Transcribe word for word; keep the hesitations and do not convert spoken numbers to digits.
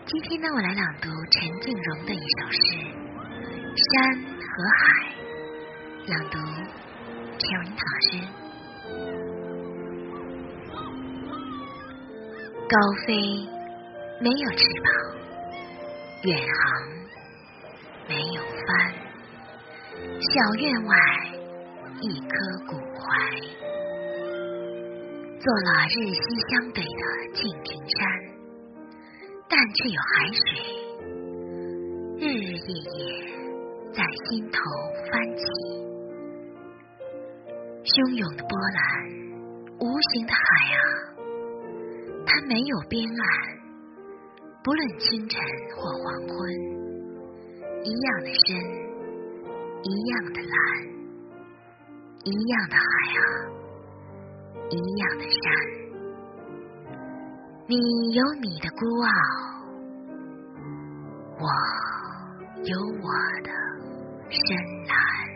今天呢，我来朗读陈静蓉的一首诗《山和海》，朗读陈文老师。高飞没有翅膀，远航没有帆，小院外一颗古槐，做了日夕相对的敬亭山，但却有海水日日夜夜在心头翻起，汹涌的波澜，无形的海啊，它没有边岸，不论清晨或黄昏，一样的深，一样的蓝，一样的海啊，一样的山。你有你的孤傲，我有我的深蓝。